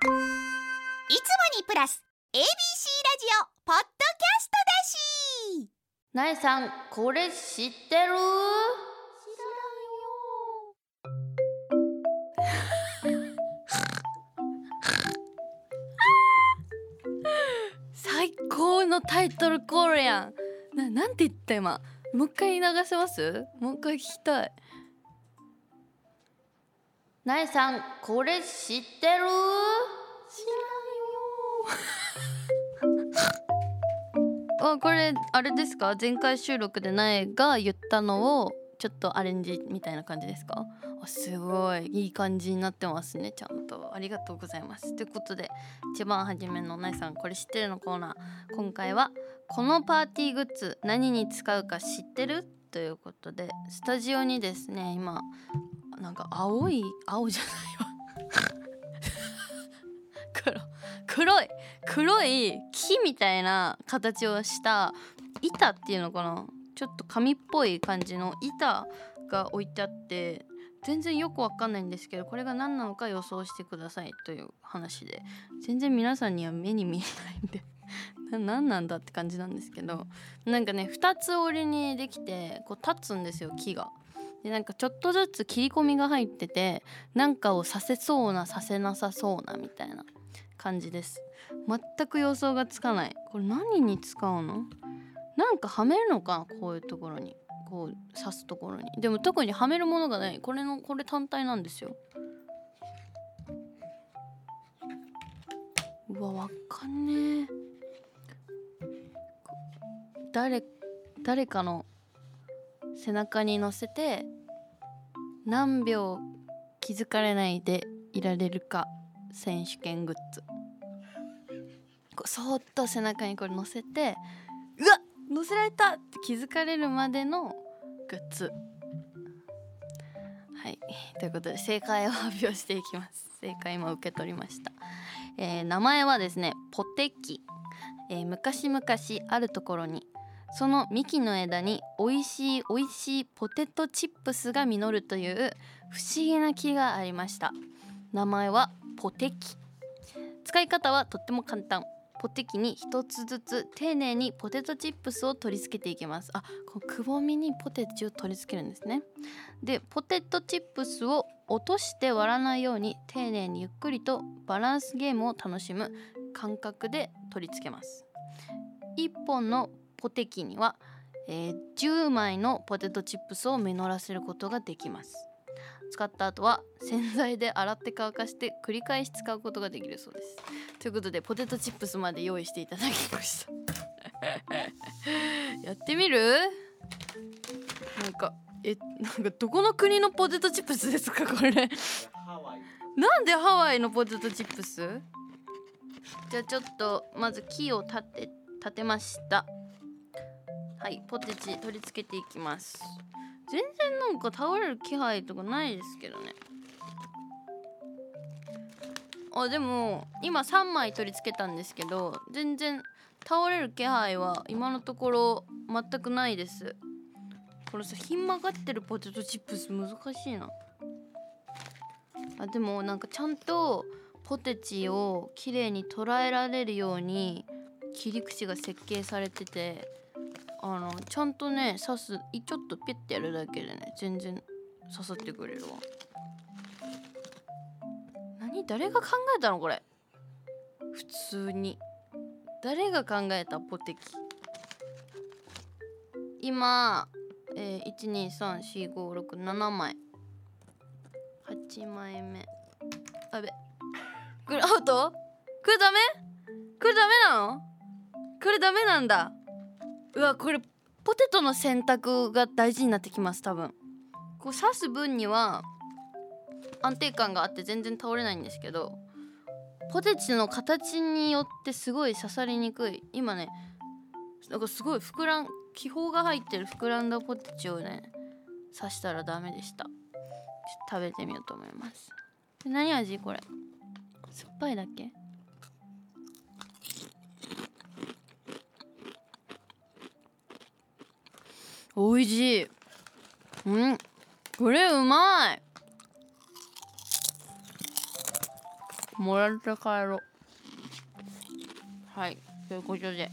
いつもにプラス ABC ラジオポッドキャストだし。 なえさん、これ知ってる？最高のタイトルコールやん。なんて言った今。もう一回流せます？もう一回聞きたい。なえさん、これ知ってる？あ、これあれですか？前回収録でなえが言ったのをちょっとアレンジみたいな感じですか？あ、すごいいい感じになってますね。ちゃんとありがとうございます。ということで、一番初めのなえさんこれ知ってるのコーナー、今回はこのパーティーグッズ何に使うか知ってる？ということで、スタジオにですね、今なんか青じゃないわ黒い木みたいな形をした板っていうのかな、ちょっと紙っぽい感じの板が置いてあって、全然よくわかんないんですけど、これが何なのか予想してくださいという話で、全然皆さんには目に見えないんで何なんだって感じなんですけど、なんかね、2つ折りにできてこう立つんですよ、木が。で、なんかちょっとずつ切り込みが入ってて、なんかをさせそうなさせなさそうなみたいな感じです。全く予想がつかない。これ何に使うの？なんかはめるのかな、こういうところに、こう刺すところに。でも特にはめるものがない。これ単体なんですよ。うわ、わかんねえ。誰かの背中に乗せて何秒気づかれないでいられるか選手権グッズ。そーっと背中にこれ乗せて、うわっ乗せられたって気づかれるまでのグッズ。はい、ということで正解を発表していきます。正解も受け取りました。名前はですね、ポテキ。昔々あるところに、その幹の枝に美味しいポテトチップスが実るという不思議な木がありました。名前はポテキ。使い方はとっても簡単。ポテキに一つずつ丁寧にポテトチップスを取り付けていきます。このくぼみにポテチを取り付けるんですね。で、ポテトチップスを落として割らないように丁寧にゆっくりとバランスゲームを楽しむ感覚で取り付けます。1本のポテキには、10枚のポテトチップスを実らせることができます。使った後は洗剤で洗って乾かして繰り返し使うことができるそうです。ということで、ポテトチップスまで用意していただきましたやってみる？なんかどこの国のポテトチップスですかこれなんでハワイのポテトチップス？じゃあちょっとまず木を立てました。はい、ポテチ取り付けていきます。全然なんか倒れる気配とかないですけどね。でも今3枚取り付けたんですけど、全然倒れる気配は今のところ全くないです。これさ、ひん曲がってるポテトチップス難しいな。でもなんかちゃんとポテチをきれいに捉えられるように切り口が設計されてて、ちゃんとね、ちょっとピュッてやるだけでね、全然刺さってくれるわ。誰が考えたのこれ。普通に誰が考えたポテキ。今、1234567枚、8枚目。これアウト？これダメなの？これダメなんだ。うわ、これポテトの選択が大事になってきます。多分こう刺す分には安定感があって全然倒れないんですけど、ポテチの形によってすごい刺さりにくい。今ね、なんかすごい気泡が入ってる膨らんだポテチをね刺したらダメでした。ちょっと食べてみようと思います。何味これ？酸っぱいだっけ？おいしい。これうまい。 もらって帰ろう。はい、ということで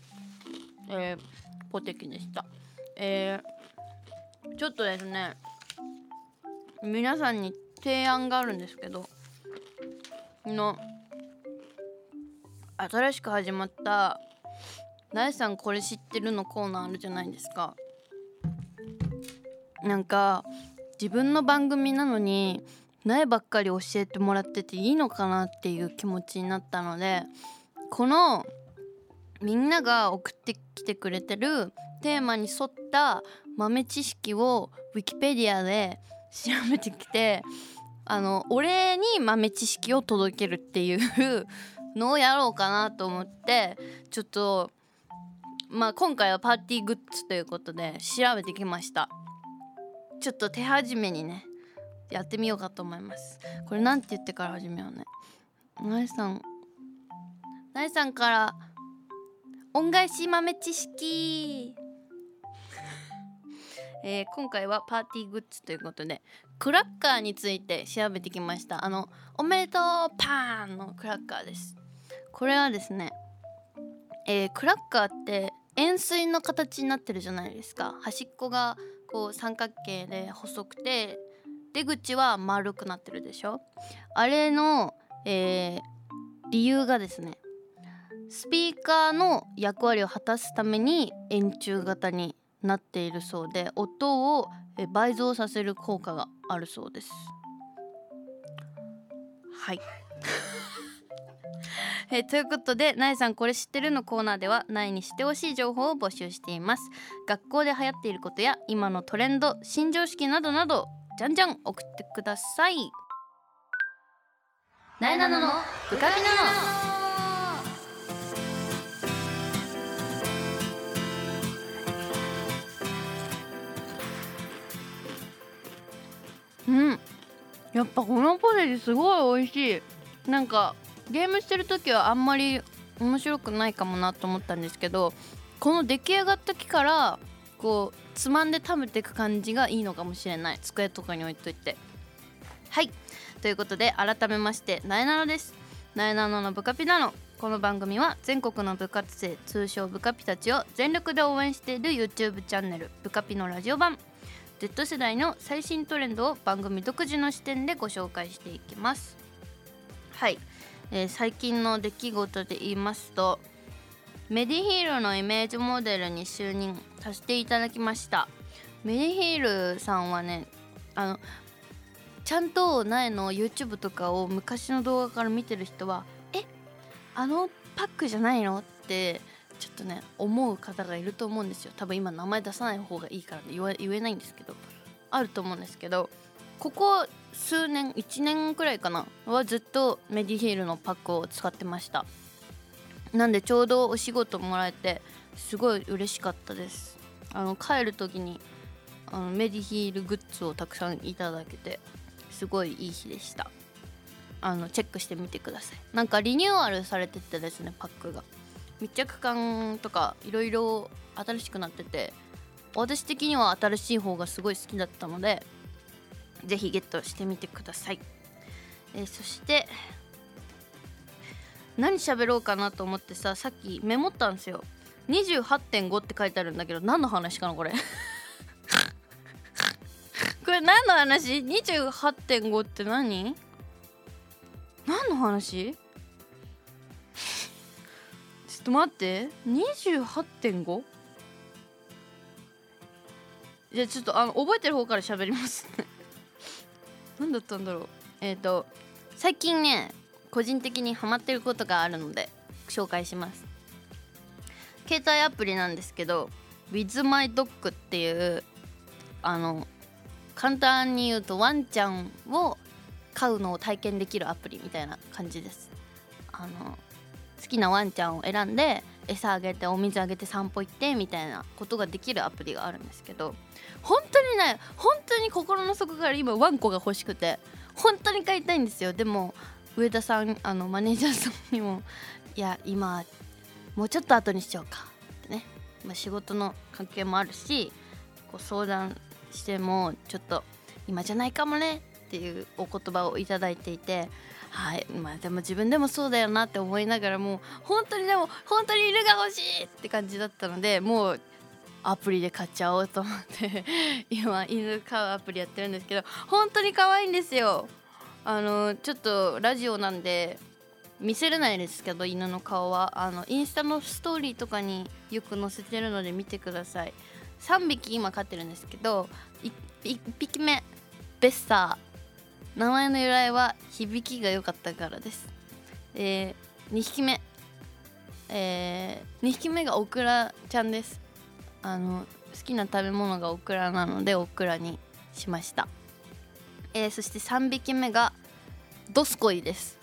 ポテキでした。ちょっとですね、皆さんに提案があるんですけど、新しく始まったなえさんこれ知ってるのコーナーあるじゃないですか。なんか自分の番組なのに苗ばっかり教えてもらってていいのかなっていう気持ちになったので、このみんなが送ってきてくれてるテーマに沿った豆知識をウィキペディアで調べてきて、お礼に豆知識を届けるっていうのをやろうかなと思って、ちょっと今回はパーティーグッズということで調べてきました。ちょっと手始めにねやってみようかと思います。これなんて言ってから始めようね。なえさんから恩返し豆知識今回はパーティーグッズということでクラッカーについて調べてきました。おめでとうパーンのクラッカーです。これはですね、クラッカーって円錐の形になってるじゃないですか。端っこがこう三角形で細くて出口は丸くなってるでしょ。あれの、理由がですね、スピーカーの役割を果たすために円柱型になっているそうで、音を倍増させる効果があるそうです。はいということで、なえさんこれ知ってるのコーナーではなえに知ってほしい情報を募集しています。学校で流行っていることや今のトレンド、新常識などなどじゃんじゃん送ってください。なえなののブカピナの。やっぱこのポテチすごい美味しい。なんかゲームしてる時はあんまり面白くないかもなと思ったんですけど、この出来上がった時からこうつまんで食べていく感じがいいのかもしれない。机とかに置いといて。はい、ということで改めましてなえなのです。なえなののブカピナのこの番組は全国の部活生、通称ブカピたちを全力で応援している YouTube チャンネルブカピのラジオ版。 Z 世代の最新トレンドを番組独自の視点でご紹介していきます。はい、最近の出来事で言いますと、メディヒールのイメージモデルに就任させていただきました。メディヒールさんはね、ちゃんと苗の YouTube とかを昔の動画から見てる人はパックじゃないのってちょっとね思う方がいると思うんですよ。多分今名前出さない方がいいから、ね、言えないんですけど、あると思うんですけど、ここ数年1年くらいかなはずっとメディヒールのパックを使ってました。なんでちょうどお仕事もらえてすごい嬉しかったです。帰る時にメディヒールグッズをたくさんいただけてすごいいい日でした。チェックしてみてください。なんかリニューアルされててですね、パックが密着感とかいろいろ新しくなってて、私的には新しい方がすごい好きだったのでぜひゲットしてみてください。そして何喋ろうかなと思ってさっきメモったんですよ。 28.5 って書いてあるんだけど何の話かなこれこれ何の話？ 28.5 って何の話？ちょっと待って、 28.5？ じゃあちょっと覚えてる方から喋ります何だったんだろう。最近ね個人的にハマってることがあるので紹介します。携帯アプリなんですけど WithMyDog っていう簡単に言うとワンちゃんを飼うのを体験できるアプリみたいな感じです。好きなワンちゃんを選んで餌あげてお水あげて散歩行ってみたいなことができるアプリがあるんですけど、本当に心の底から今ワンコが欲しくて本当に飼いたいんですよ。でも上田さんマネージャーさんにもいや今もうちょっと後にしようかってね、仕事の関係もあるしこう相談してもちょっと今じゃないかもねっていうお言葉をいただいていて、 はい、まあでも自分でもそうだよなって思いながらも本当に犬が欲しいって感じだったので、もうアプリで買っちゃおうと思って今犬飼うアプリやってるんですけど、本当に可愛いんですよ。ちょっとラジオなんで見せれないですけど、犬の顔はインスタのストーリーとかによく載せてるので見てください。3匹今飼ってるんですけど、1匹目ベッサー、名前の由来は響きが良かったからです。2匹目2匹目がオクラちゃんです。好きな食べ物がオクラなのでオクラにしました。そして3匹目がドスコイです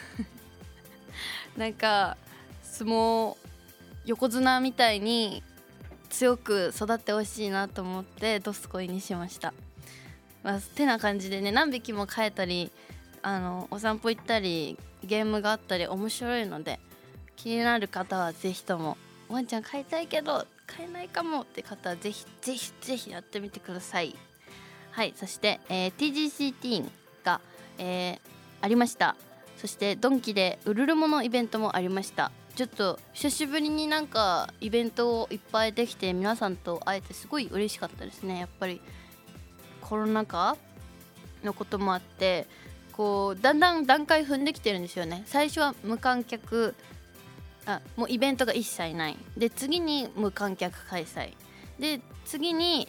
なんか相撲横綱みたいに強く育ってほしいなと思ってドスコイにしました。てな感じでね、何匹も飼えたりお散歩行ったりゲームがあったり面白いので、気になる方はぜひとも、ワンちゃん飼いたいけど飼えないかもって方はぜひやってみてください。はい、そして、TGC ティーンが、ありました。そしてドンキでウルルモのイベントもありました。ちょっと久しぶりになんかイベントをいっぱいできて皆さんと会えてすごい嬉しかったですね。やっぱりコロナ禍のこともあってこうだんだん段階踏んできてるんですよね。最初は無観客、もうイベントが一切ないで、次に無観客開催で、次に、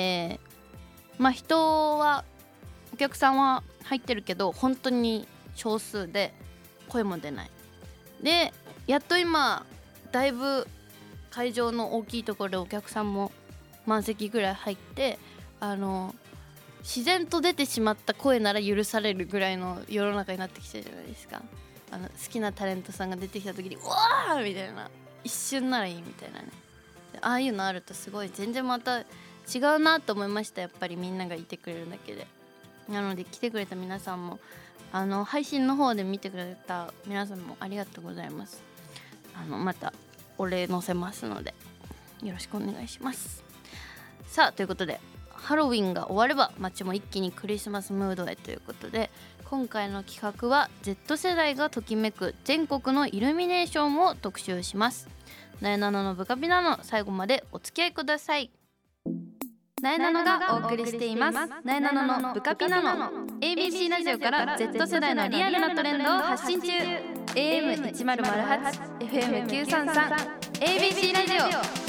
人はお客さんは入ってるけど本当に少数で声も出ないで、やっと今だいぶ会場の大きいところでお客さんも満席ぐらい入って、自然と出てしまった声なら許されるぐらいの世の中になってきてるじゃないですか。好きなタレントさんが出てきた時にうわーみたいな、一瞬ならいいみたいなね、ああいうのあるとすごい全然また違うなと思いました。やっぱりみんながいてくれるだけで。なので来てくれた皆さんも配信の方で見てくれた皆さんもありがとうございます。またお礼載せますのでよろしくお願いします。さあ、ということでハロウィンが終われば街も一気にクリスマスムードへということで、今回の企画は Z 世代がときめく全国のイルミネーションを特集します。なえなののブカピナの最後までお付き合いください。なえなのがお送りしていますなえなののブカピナの ABC ラジオから Z 世代のリアルなトレンドを発信中。 AM1008 FM933 ABC ラジオ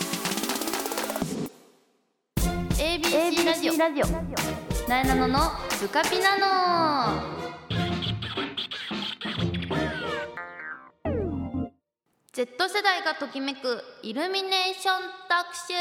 ABC ラジオなえなののブカピナの Z 世代がときめくイルミネーション特集。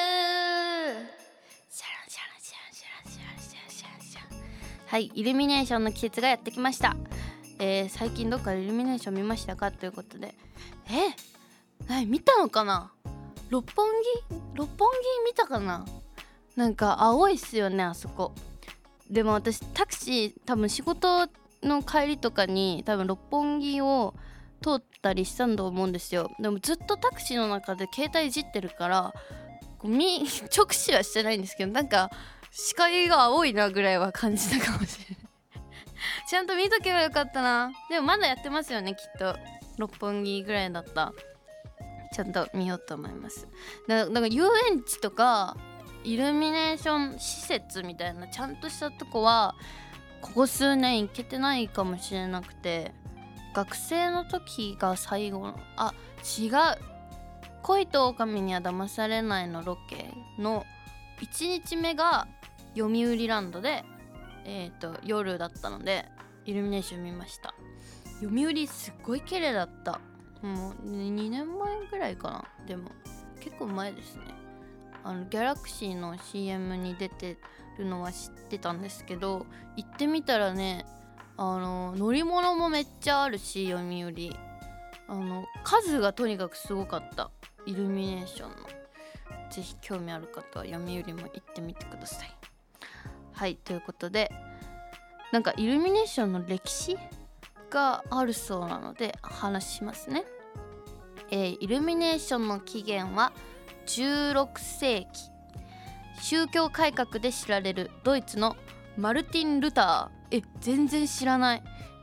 はい、イルミネーションの季節がやってきました。最近どっかでイルミネーション見ましたかということで、見たのかな。六本木見たかな。なんか青いっすよねあそこ。でも私タクシー多分仕事の帰りとかに多分六本木を通ったりしたんだと思うんですよ。でもずっとタクシーの中で携帯いじってるから直視はしてないんですけど、なんか視界が青いなぐらいは感じたかもしれないちゃんと見とけばよかったな。でもまだやってますよねきっと。六本木ぐらいだったらちゃんと見ようと思います。だから遊園地とかイルミネーション施設みたいなちゃんとしたとこはここ数年行けてないかもしれなくて、学生の時が最後の違う恋と狼には騙されないのロケの1日目が読売ランドで、夜だったのでイルミネーション見ました。読売すっごい綺麗だった。もう2年前ぐらいかな。でも結構前ですね。ギャラクシーの CM に出てるのは知ってたんですけど、行ってみたらね、乗り物もめっちゃあるし、読売数がとにかくすごかった。イルミネーションのぜひ興味ある方は読売も行ってみてください。はい、ということでなんかイルミネーションの歴史があるそうなので話しますね。イルミネーションの起源は16世紀、宗教改革で知られるドイツのマルティン・ルター全然知らないが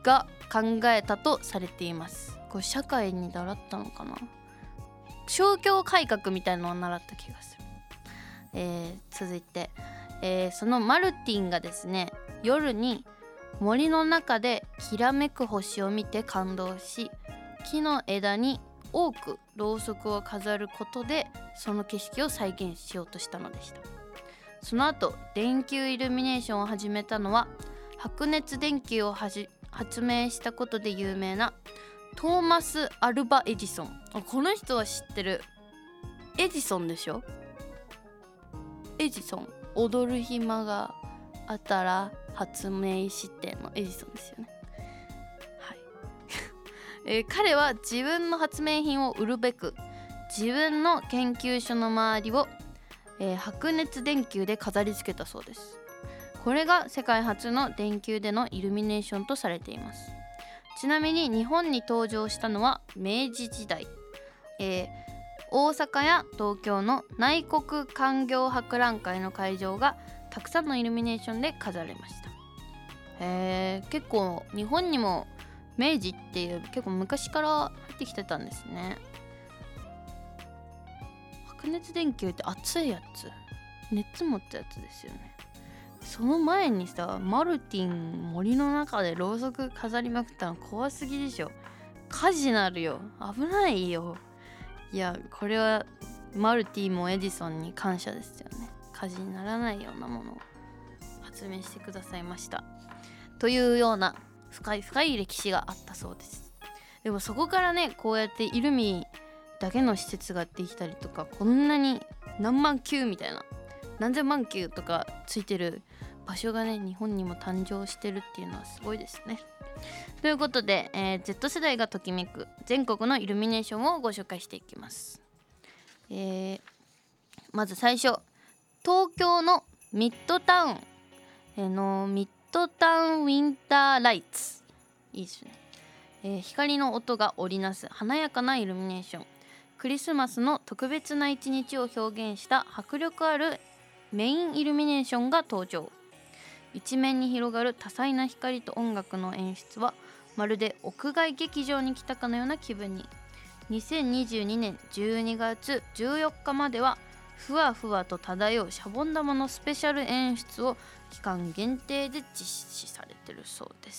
考えたとされています。これ社会に習ったのかな、商業改革みたいなのを習った気がする。続いて、そのマルティンがですね、夜に森の中できらめく星を見て感動し、木の枝に多くろうそくを飾ることでその景色を再現しようとしたのでした。その後電球イルミネーションを始めたのは、白熱電球を発明したことで有名なトーマス・アルバ・エジソン。この人は知ってる。エジソンでしょ。エジソン、踊る暇があったら発明してのエジソンですよね。はい、彼は自分の発明品を売るべく自分の研究所の周りを、白熱電球で飾り付けたそうです。これが世界初の電球でのイルミネーションとされています。ちなみに日本に登場したのは明治時代、大阪や東京の内国勧業博覧会の会場がたくさんのイルミネーションで飾られました。結構日本にも明治っていう結構昔から入ってきてたんですね。白熱電球って熱いやつ、熱持ったやつですよね。その前にさ、マルティン森の中でろうそく飾りまくったの怖すぎでしょ。火事なるよ、危ないよ。いや、これはマルティンもエジソンに感謝ですよね。火事にならないようなものを発明してくださいましたというような深い深い歴史があったそうです。でもそこからね、こうやってイルミだけの施設ができたりとか、こんなに何万球みたいな何千万球とかついてる場所がね、日本にも誕生してるっていうのはすごいですね。ということで、Z 世代がときめく全国のイルミネーションをご紹介していきます。まず最初、東京のミッドタウンのミッドタウンウィンターライツ、いいですね。光の音が織りなす華やかなイルミネーション、クリスマスの特別な一日を表現した迫力あるメインイルミネーションが登場。一面に広がる多彩な光と音楽の演出はまるで屋外劇場に来たかのような気分に。2022年12月14日まではふわふわと漂うシャボン玉のスペシャル演出を期間限定で実施されてるそうです。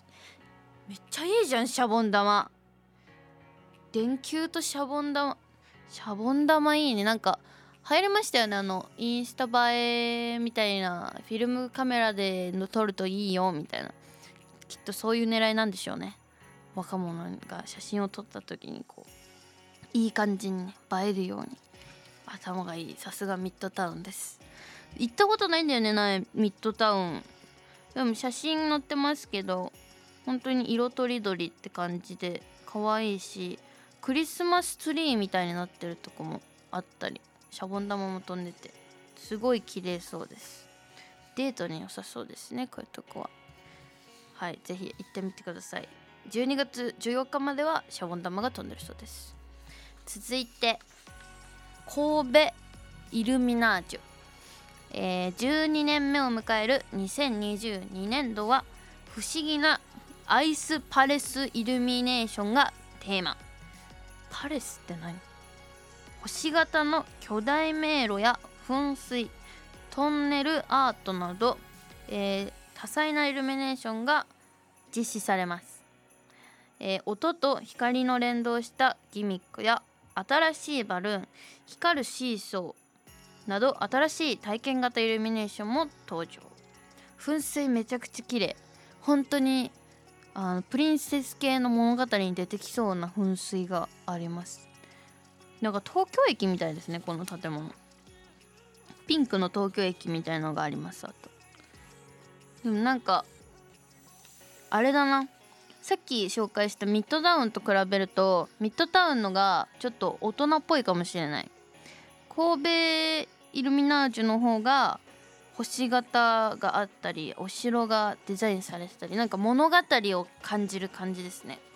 めっちゃいいじゃん、シャボン玉。電球とシャボン玉いいね。なんか流行りましたよね、インスタ映えみたいな、フィルムカメラで撮るといいよみたいな。きっとそういう狙いなんでしょうね。若者が写真を撮った時にこういい感じに、ね、映えるように。頭がいい、さすがミッドタウンです。行ったことないんだよね、ミッドタウン。でも写真載ってますけど、本当に色とりどりって感じで可愛いし、クリスマスツリーみたいになってるとこもあったり、シャボン玉も飛んでてすごい綺麗そうです。デートに良さそうですね、こういうとこは。はい、ぜひ行ってみてください。12月14日まではシャボン玉が飛んでるそうです。続いて神戸イルミナージュ、12年目を迎える2022年度は不思議なアイスパレスイルミネーションがテーマ。パレスって何？星型の巨大迷路や噴水、トンネルアートなど、多彩なイルミネーションが実施されます。音と光の連動したギミックや新しいバルーン、光るシーソーなど新しい体験型イルミネーションも登場。噴水めちゃくちゃ綺麗。本当にプリンセス系の物語に出てきそうな噴水があります。なんか東京駅みたいですね、この建物。ピンクの東京駅みたいのがあります。あとでもなんかあれだな、さっき紹介したミッドタウンと比べるとミッドタウンのがちょっと大人っぽいかもしれない。神戸イルミナージュの方が星型があったり、お城がデザインされてたり、なんか物語を感じる感じですね。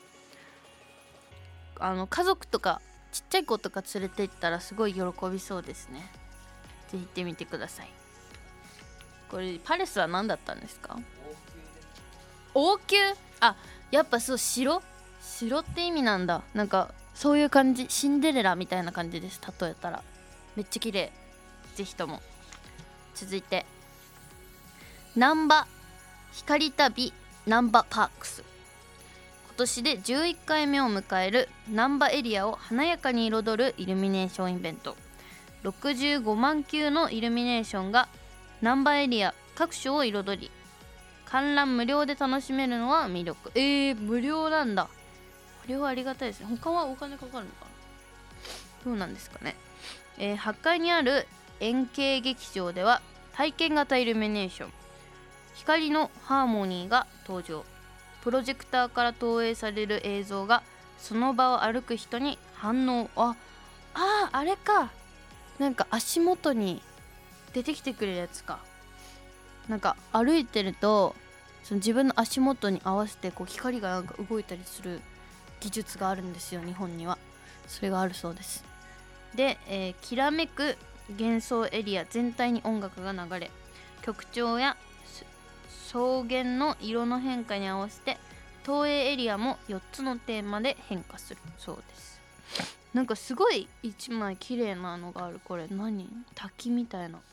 家族とかちっちゃい子とか連れて行ったらすごい喜びそうですね。ぜひ行ってみてください。これパレスは何だったんですか？王宮。あ、 やっぱそう、城って意味なんだ。なんかそういう感じ、シンデレラみたいな感じです、例えたら。めっちゃ綺麗。ぜひとも。続いて難波光旅難波パークス。今年で11回目を迎える難波エリアを華やかに彩るイルミネーションイベント。65万球のイルミネーションが難波エリア各所を彩り、観覧無料で楽しめるのは魅力。無料なんだ。無料はありがたいですね。他はお金かかるのかな、どうなんですかね。8階にある円形劇場では体験型イルミネーション光のハーモニーが登場。プロジェクターから投影される映像がその場を歩く人に反応。あれか、なんか足元に出てきてくれるやつか。なんか歩いてるとその自分の足元に合わせてこう光がなんか動いたりする技術があるんですよ、日本には。それがあるそうです。で、きらめく幻想エリア全体に音楽が流れ、曲調や草原の色の変化に合わせて投影エリアも4つのテーマで変化するそうです。なんかすごい一枚綺麗なのがある。これ何？滝みたいな。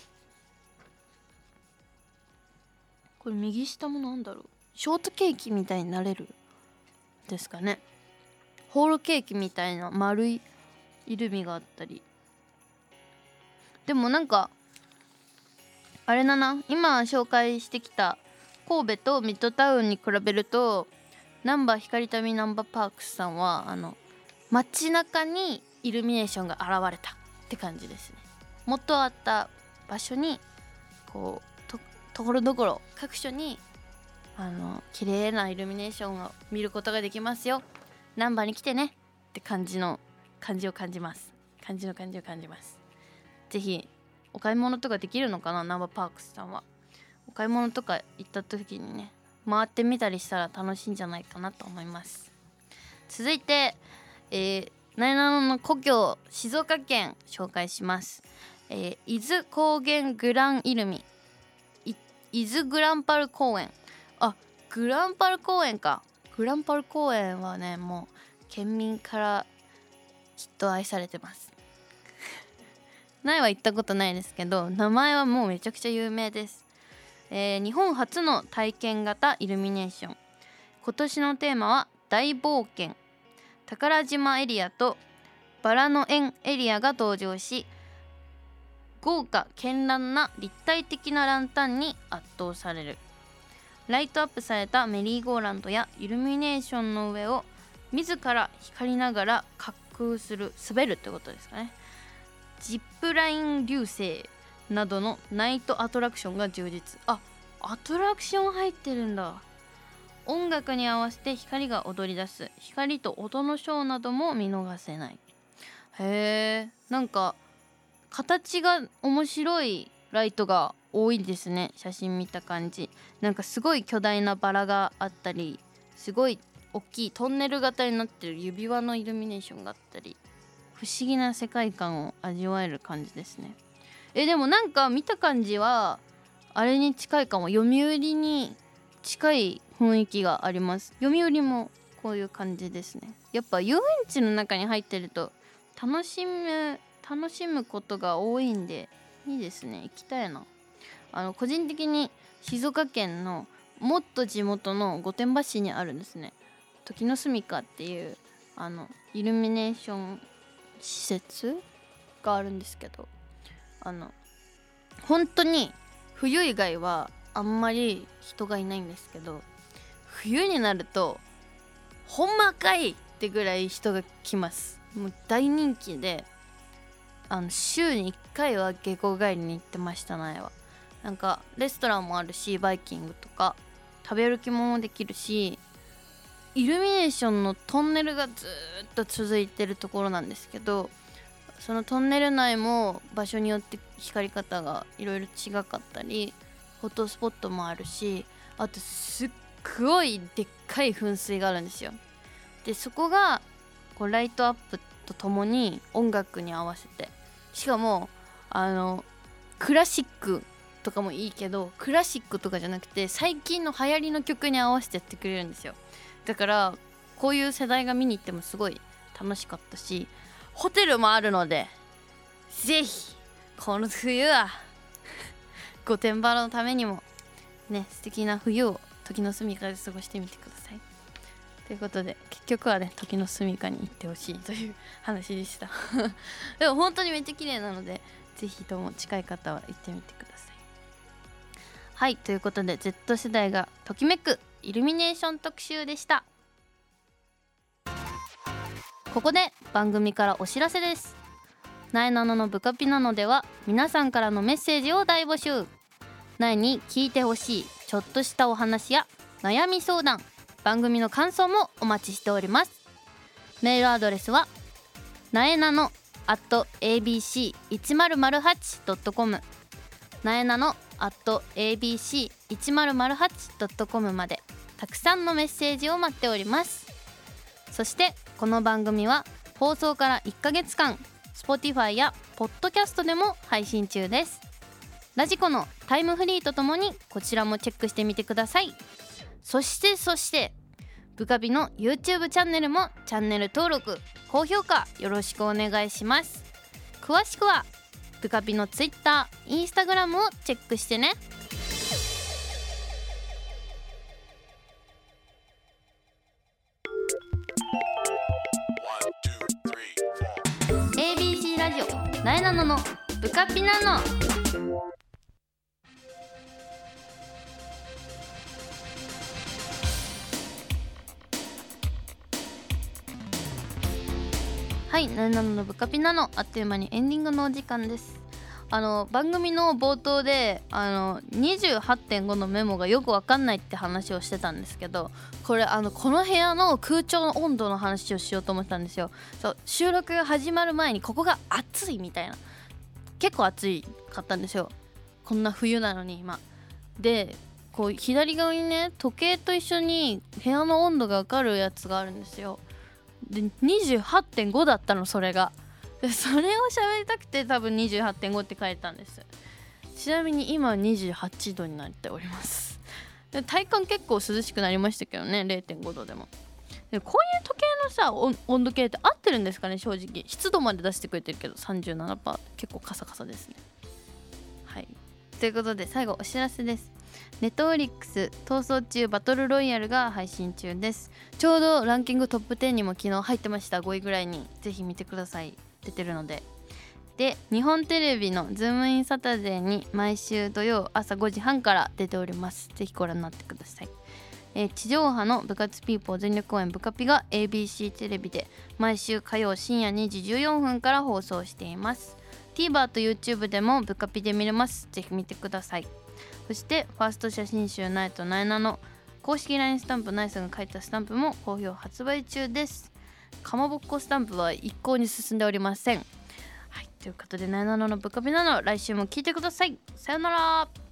これ右下もなんだろう、ショートケーキみたいになれるですかね。ホールケーキみたいな丸いイルミがあったり。でもなんかあれだな、今紹介してきた神戸とミッドタウンに比べると難波光旅難波パークスさんは街中にイルミネーションが現れたって感じですね。元あった場所にこうところどころ各所に綺麗なイルミネーションを見ることができますよ、難波に来てねって感じを感じます。ぜひお買い物とかできるのかな、難波パークスさんは。お買い物とか行った時にね、回ってみたりしたら楽しいんじゃないかなと思います。続いて、なえなのの故郷静岡県紹介します。伊豆高原グランイルミ伊豆グランパル公園。グランパル公園か。グランパル公園はね、もう県民からきっと愛されてます苗は行ったことないですけど、名前はもうめちゃくちゃ有名です。日本初の体験型イルミネーション。今年のテーマは大冒険。宝島エリアとバラの園エリアが登場し、豪華絢爛な立体的なランタンに圧倒される。ライトアップされたメリーゴーランドやイルミネーションの上を自ら光りながら滑空する、滑るってことですかね。ジップライン流星などのナイトアトラクションが充実。アトラクション入ってるんだ。音楽に合わせて光が踊り出す光と音のショーなども見逃せない。なんか形が面白いライトが多いですね。写真見た感じ、なんかすごい巨大なバラがあったり、すごい大きいトンネル型になってる指輪のイルミネーションがあったり、不思議な世界観を味わえる感じですね。でもなんか見た感じはあれに近いかも。読売に近い雰囲気があります。読売もこういう感じですね。やっぱ遊園地の中に入ってると楽しむことが多いんでいいですね。行きたいな。個人的に静岡県のもっと地元の御殿場市にあるんですね、時の住処っていうイルミネーション施設があるんですけど、本当に冬以外はあんまり人がいないんですけど、冬になるとほんまかいってぐらい人が来ます。もう大人気で、週に1回は下校帰りに行ってました前は。なんかレストランもあるし、バイキングとか食べ歩きもできるし、イルミネーションのトンネルがずっと続いてるところなんですけど、そのトンネル内も場所によって光り方がいろいろ違かったり、フォトスポットもあるし、あとすっごいでっかい噴水があるんですよ。でそこがこうライトアップとともに音楽に合わせて、しかもクラシックとかもいいけど、クラシックとかじゃなくて最近の流行りの曲に合わせてやってくれるんですよ。 だからこういう世代が見に行ってもすごい楽しかったし、ホテルもあるのでぜひこの冬は御殿場のためにもね、素敵な冬を時の住みかで過ごしてみてください。ということで結局はね、時の住みかに行ってほしいという話でしたでも本当にめっちゃ綺麗なので、ぜひとも近い方は行ってみてください。はい、ということで Z 世代がときめくイルミネーション特集でした。ここで番組からお知らせです。なえなののブカピナノでは皆さんからのメッセージを大募集。なえに聞いてほしいちょっとしたお話や悩み相談、番組の感想もお待ちしております。メールアドレスはなえなの @abc1008.com、 なえなの @abc1008.com までたくさんのメッセージを待っております。そしてこの番組は放送から1ヶ月間 Spotify や Podcast でも配信中です。ラジコのタイムフリーとともにこちらもチェックしてみてください。そしてブカビの YouTube チャンネルもチャンネル登録高評価よろしくお願いします。詳しくはブカビの Twitter、Instagram をチェックしてね。ABC ラジオなえなののブカピナノ。はい、なえなののブカピナノ、あっという間にエンディングのお時間です。番組の冒頭で28.5 のメモがよくわかんないって話をしてたんですけど、これこの部屋の空調の温度の話をしようと思ってたんですよ。そう、収録が始まる前にここが暑いみたいな、結構暑いかったんですよ、こんな冬なのに今で。こう左側にね、時計と一緒に部屋の温度がわかるやつがあるんですよ。で 28.5 だったの、それが。でそれを喋りたくて多分 28.5 って書いたんです。ちなみに今は28度になっております。で体感結構涼しくなりましたけどね、 0.5 度でも。でこういう時計のさ温度計って合ってるんですかね。正直湿度まで出してくれてるけど 37%、 結構カサカサですね。はい、ということで最後お知らせです。ネットフリックス逃走中バトルロイヤルが配信中です。ちょうどランキングトップ10にも昨日入ってました。5位ぐらいにぜひ見てください、出てるので。で日本テレビのズームインサタデーに毎週土曜朝5時半から出ております。ぜひご覧になってください。地上波の部活ピーポー全力応援ブカピが ABC テレビで毎週火曜深夜2時14分から放送しています。 TVer と YouTube でもブカピで見れます。ぜひ見てください。そしてファースト写真集ナイトナエナの公式 LINE スタンプ、ナイスが書いたスタンプも好評発売中です。かまぼっこスタンプは一向に進んでおりません。はい、ということでナエナのブカピナノ、来週も聞いてください。さよなら。